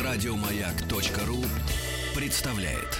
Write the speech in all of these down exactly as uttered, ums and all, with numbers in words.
Радиомаяк.ру представляет.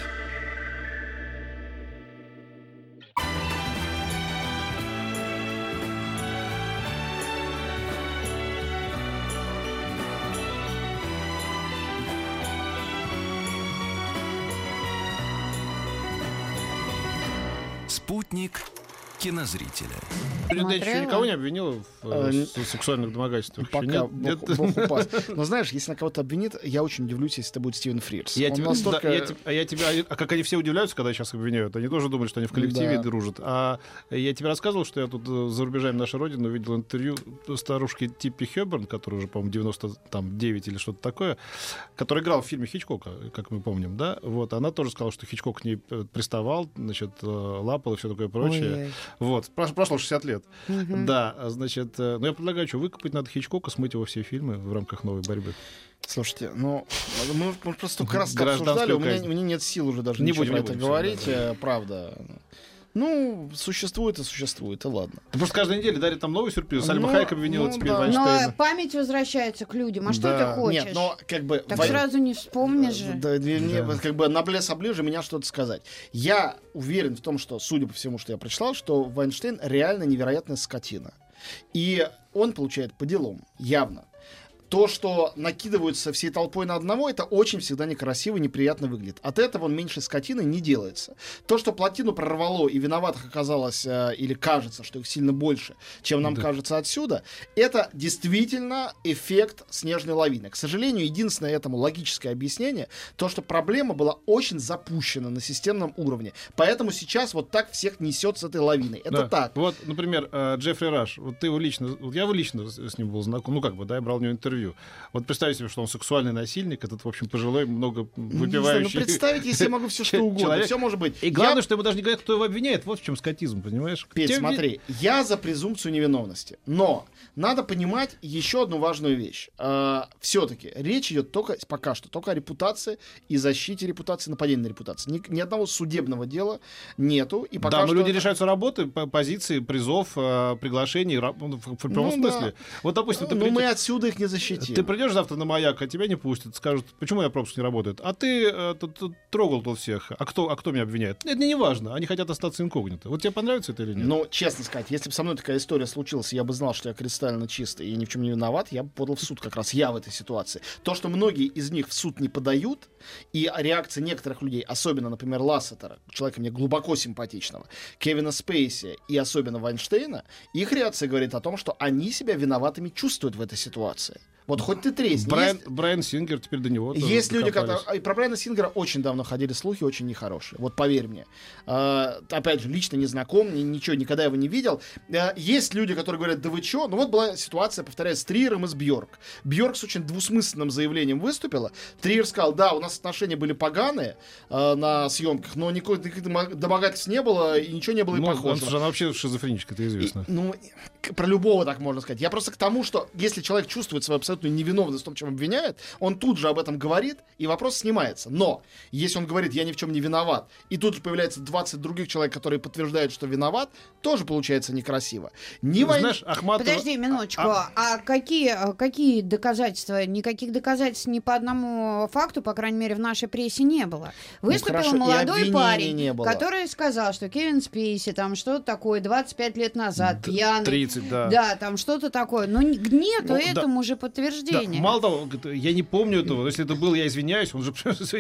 Спутник кинозрителя. Я еще никого не обвинил в э, сексуальных домогательствах. Пока, бог, бог упас. Но знаешь, если на кого-то обвинит, я очень удивлюсь, если это будет Стивен Фрирз. Я тебя, настолько... да, я, а я тебя, а как они все удивляются, когда сейчас обвиняют, они тоже думают, что они в коллективе да. дружат. А я тебе рассказывал, что я тут за рубежами нашей родины увидел интервью старушки Типпи Хёбберн, которая уже, по-моему, девяносто девять или что-то такое, которая играла в фильме Хичкока, как мы помним, да? Вот, она тоже сказала, что Хичкок к ней приставал, значит, лапал и все такое прочее. Ой-ой. Вот, прошло шестьдесят лет. Mm-hmm. Да, значит, ну я предлагаю, что выкопать надо Хичкока, смыть его все фильмы в рамках новой борьбы. Слушайте, ну, мы, мы просто столько раз обсуждали, у меня, у меня нет сил уже даже не ничего будем, про это будем, говорить, да. правда. Ну, существует и существует, и ладно. Ты просто каждой неделе дарит там новый сюрприз. Сальма ну, Хайек обвинила ну, теперь да. Вайнштейна. Но память возвращается к людям. А да. что ты хочешь? Нет, но как бы... Так вой... сразу не вспомнишь же. Да, да, мне, да. как бы на блес оближи меня что-то сказать. Я уверен в том, что, судя по всему, что я прочитал, что Вайнштейн реально невероятная скотина. И он получает по делам, явно. То, что накидываются всей толпой на одного, это очень всегда некрасиво и неприятно выглядит. От этого он меньше скотины не делается. То, что плотину прорвало и виноватых оказалось, э, или кажется, что их сильно больше, чем нам да. кажется отсюда, это действительно эффект снежной лавины. К сожалению, единственное этому логическое объяснение, то, что проблема была очень запущена на системном уровне. Поэтому сейчас вот так всех несет с этой лавиной. Это да. так. Вот, например, Джеффри Раш. Вот ты его лично, вот я его лично с ним был знаком, ну как бы, да, я брал у него интервью. Вот представьте себе, что он сексуальный насильник, этот, в общем, пожилой, много выпивающий. Ну, представить, если я могу все что угодно. Человек. Все может быть. И главное, я... что ему даже не говорят, кто его обвиняет. Вот в чем скотизм, понимаешь? Петь, Тем... смотри, я за презумпцию невиновности. Но надо понимать еще одну важную вещь. А, все-таки речь идет только, пока что, только о репутации и защите репутации, нападении на репутацию. Ни, ни одного судебного дела нету. И пока да, но что... люди решаются работы, позиции, призов, приглашений, в прямом ну, смысле. Да. Вот, допустим, ну, ты но придешь... мы отсюда их не защитим. Ты придешь завтра на Маяк, а тебя не пустят, скажут, почему я пропуск не работает. А ты э, тут, тут, трогал тут всех. А кто, а кто меня обвиняет? Это не важно. Они хотят остаться инкогнито. Вот тебе понравится это или нет? Ну, честно сказать, если бы со мной такая история случилась, я бы знал, что я кристально чистый и ни в чем не виноват, я бы подал в суд как раз я в этой ситуации. То, что многие из них в суд не подают, и реакция некоторых людей, особенно, например, Лассетера, человека мне глубоко симпатичного, Кевина Спейси и особенно Вайнштейна, их реакция говорит о том, что они себя виноватыми чувствуют в этой ситуации. Вот хоть ты тресни. Брайан, есть... Брайан Сингер теперь до него. Есть люди, которые... И про Брайана Сингера очень давно ходили слухи, очень нехорошие. Вот поверь мне. А, опять же, лично не знаком, ни, ничего, никогда его не видел. А, есть люди, которые говорят, да вы чё? Ну вот была ситуация, повторяю, с Триером и с Бьорк. Бьорк с очень двусмысленным заявлением выступила. Триер сказал, да, у нас отношения были поганые а, на съемках, но никаких домогательств не было, и ничего не было и ну, похожего. Он, она вообще шизофреничка, это известно. И, ну, про любого так можно сказать. Я просто к тому, что если человек чувствует свою абсолютную невиновность в том, чем обвиняют, он тут же об этом говорит, и вопрос снимается. Но если он говорит, я ни в чем не виноват, и тут же появляется двадцать других человек, которые подтверждают, что виноват, тоже получается некрасиво. Не вой... Знаешь, Ахматова... Подожди минуточку, а, а какие, какие доказательства? Никаких доказательств ни по одному факту, по крайней мере, в нашей прессе не было. Выступил ну, молодой парень, который сказал, что Кевин Спейси там что-то такое двадцать пять лет назад, Д- пьяный. тридцать, да. Да, там что-то такое. Но нету ну, этому да, же подтверждения. Да, мало того, я не помню этого. Если это был, я извиняюсь, он же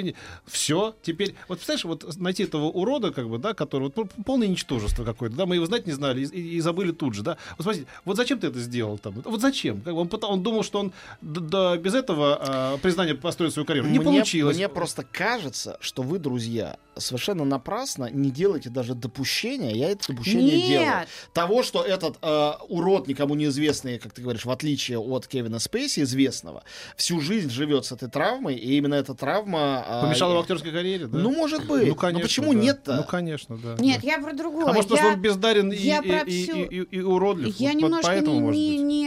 все. Теперь, вот представляешь, вот найти этого урода, как бы, да, который вот, полное ничтожество какое-то, да, мы его знать не знали и, и, и забыли тут же, да. Вот смотрите, вот зачем ты это сделал там? Вот зачем? Как бы он, он думал, что он да, да, без этого а, признания построит свою карьеру. Не мне, получилось. Мне просто кажется, что вы, друзья, совершенно напрасно не делаете даже допущения, я это допущение Нет. делаю, того, что этот э, урод, никому неизвестный, как ты говоришь, в отличие от Кевина Спейси, известного, всю жизнь живет с этой травмой, и именно эта травма... Э, помешала в актерской карьере, да? Ну, может быть. Ну, конечно, но почему да. нет-то? Ну, конечно, да. Нет, да. я про другое. А может, я, потому что он бездарен и, я и, и, всю... и, и, и уродлив? Я вот немножко поэтому, не, не,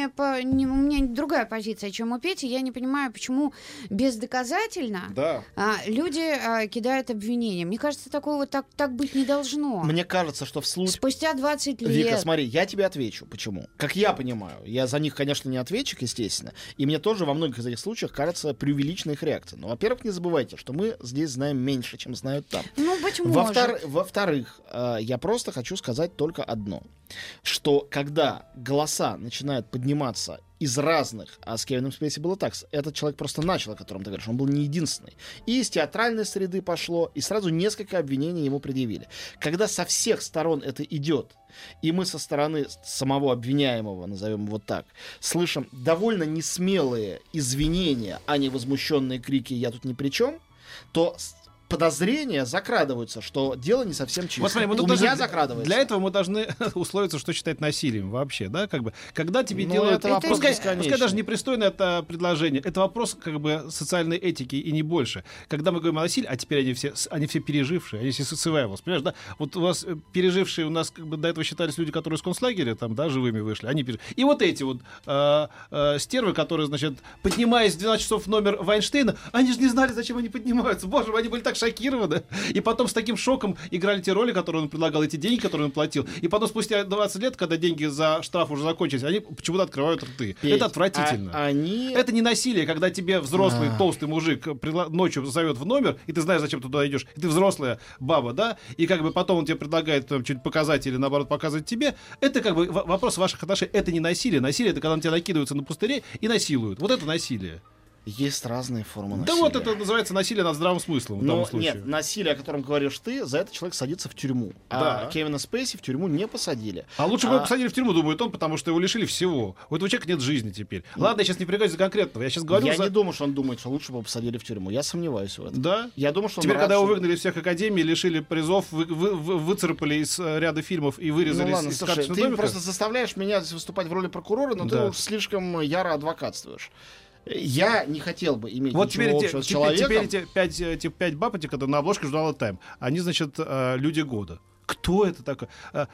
не, по, не, у меня другая позиция, чем у Пети. Я не понимаю, почему бездоказательно да. а, люди а, кидают обвинения. Мне кажется, такого вот так, так быть не должно. Мне кажется, что в случае... Спустя двадцать лет... Вика, смотри, я тебе отвечу. Почему? Как я понимаю, я за них, конечно, не ответчик, естественно, и мне тоже во многих из этих случаях кажется преувеличенной их реакция. Но, во-первых, не забывайте, что мы здесь знаем меньше, чем знают там. Ну, быть может. Во-втор... Во-вторых, э, я просто хочу сказать только одно. Что когда голоса начинают подниматься из разных, а с Кевином Спейси было так, этот человек просто начал, о котором ты говоришь, он был не единственный. И из театральной среды пошло, и сразу несколько обвинений ему предъявили. Когда со всех сторон это идет, и мы со стороны самого обвиняемого, назовем его так, слышим довольно несмелые извинения, а не возмущенные крики «я тут ни при чем», то подозрения закрадываются, что дело не совсем чисто. Вот смотри, у меня закрадывается. Для этого мы должны условиться, что считать насилием вообще, да, как бы. Когда тебе ну, делают... Это вопрос пускай, бесконечный. Пускай даже непристойное это предложение. Это вопрос как бы социальной этики и не больше. Когда мы говорим о насилии, а теперь они все, они все пережившие, они все survivors, понимаешь, да? Вот у вас пережившие, у нас как бы до этого считались люди, которые из концлагеря, там, да, живыми вышли, они переж... И вот эти вот э, э, стервы, которые, значит, поднимаясь в двенадцать часов в номер Вайнштейна, они же не знали, зачем они поднимаются. Боже мой, они были так шокированы. И потом с таким шоком играли те роли, которые он предлагал, эти деньги, которые он платил. И потом спустя двадцать лет, когда деньги за штраф уже закончились, они почему-то открывают рты. Петь, это отвратительно. А, они... Это не насилие, когда тебе взрослый а... толстый мужик предла... ночью зовет в номер, и ты знаешь, зачем ты туда идешь. И ты взрослая баба, да? И как бы потом он тебе предлагает там, чуть показать или наоборот показывать тебе. Это как бы вопрос ваших отношений. Это не насилие. Насилие — это когда на тебя накидываются на пустыре и насилуют. Вот это насилие. Есть разные формы насилия. Да вот это называется насилие над здравым смыслом в данном случае. Нет, насилие, о котором говоришь ты, за это человек садится в тюрьму. Да. А Кевина Спейси в тюрьму не посадили. А лучше а... бы его посадили в тюрьму, думает он, потому что его лишили всего. У этого человека нет жизни теперь. Ну, ладно, я сейчас не пригожусь за конкретного. Я сейчас говорю Я за... не думаю, что он думает, что лучше бы его посадили в тюрьму. Я сомневаюсь в этом. Да? Я думаю, что он Теперь, рад, когда его что... выгнали из всех академий, лишили призов, вы, вы, вы, выцарапали из ряда фильмов и вырезали ну, ладно, из слушай, карточного ты домика. просто заставляешь меня выступать в роли прокурора, но да. ты уж слишком яро адвокатствуешь. Я не хотел бы иметь вот ничего теперь общего эти, с человеком. Теперь эти пять, эти пять баб, эти, которые на обложке журнала Time, они, значит, люди года. Кто это такой?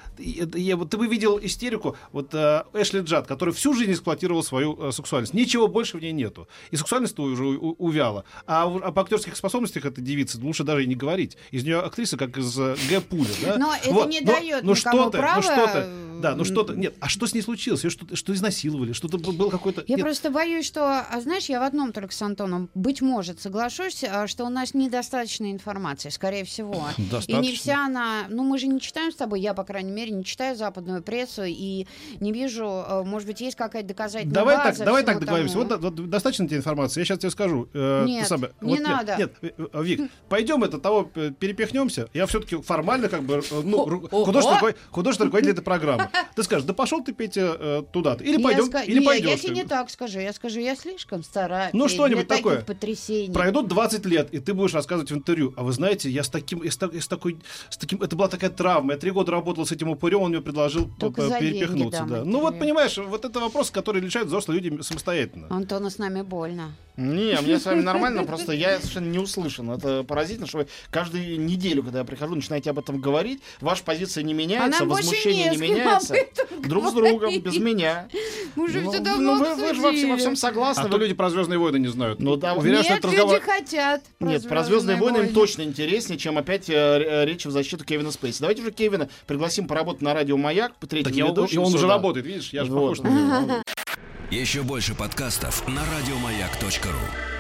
Я, вот ты бы видел истерику, вот Эшли Джад, который всю жизнь эксплуатировал свою сексуальность. Ничего больше в ней нету. И сексуальность уже увяла. А об актерских способностях этой девицы лучше даже и не говорить. Из нее актриса как из Г-пуля. Да? Но это вот. не но, дает но никому что-то, права... Ну что-то, да, ну что-то, нет, а что с ней случилось? Ее что, что изнасиловали? Что-то было какое-то... Я нет. просто боюсь, что, а знаешь, я в одном только с Антоном, быть может, соглашусь, что у нас недостаточно информации, скорее всего. Достаточно. И не вся она... Ну, мы же не читаем с тобой, я, по крайней мере, не читаю западную прессу и не вижу, может быть, есть какая-то доказательная давай база. Так, давай так тому. договоримся. Вот, вот достаточно тебе информации. Я сейчас тебе скажу. Э, нет, самое, не вот, надо. Нет, нет, Вик, пойдем это того перепихнемся. Я все-таки формально как бы ну, художественный, художественный руководитель этой программы. Ты скажешь, да пошел ты, Петя, туда-то. Или пойдем, ска... или нет, пойдешь. я тебе не так скажу. Я скажу, я слишком стараюсь. Ну, что-нибудь такое. Потрясений. Пройдут двадцать лет, и ты будешь рассказывать в интервью. А вы знаете, я с таким, я с, я с такой, с таким, это была такая травма. Я три года работал с этим упырем, он мне предложил перепихнуться. Да. Ну вот, понимаешь, вот это вопрос, который решают взрослые люди самостоятельно. Антону с нами больно. Не, мне с вами нормально, просто я совершенно не услышан. Это поразительно, что вы каждую неделю, когда я прихожу, начинаете об этом говорить, ваша позиция не меняется, возмущение не меняется. Друг с другом, без меня. Мы уже ну, все давно ну, вы, вы же во всем, во всем согласны. А вы... то люди про «Звездные войны» не знают. Ну, да, Уверяю, нет, что это люди разговор... хотят. Про Нет, про «Звездные войны» им точно интереснее, чем опять э, речь в защиту Кевина Спейси. Давайте уже Кевина пригласим поработать на радио «Маяк». По третьему так ведущему, и он сюда. уже работает, видишь? Я же вот. похож на него. Еще больше подкастов на радиомаяк точка ру.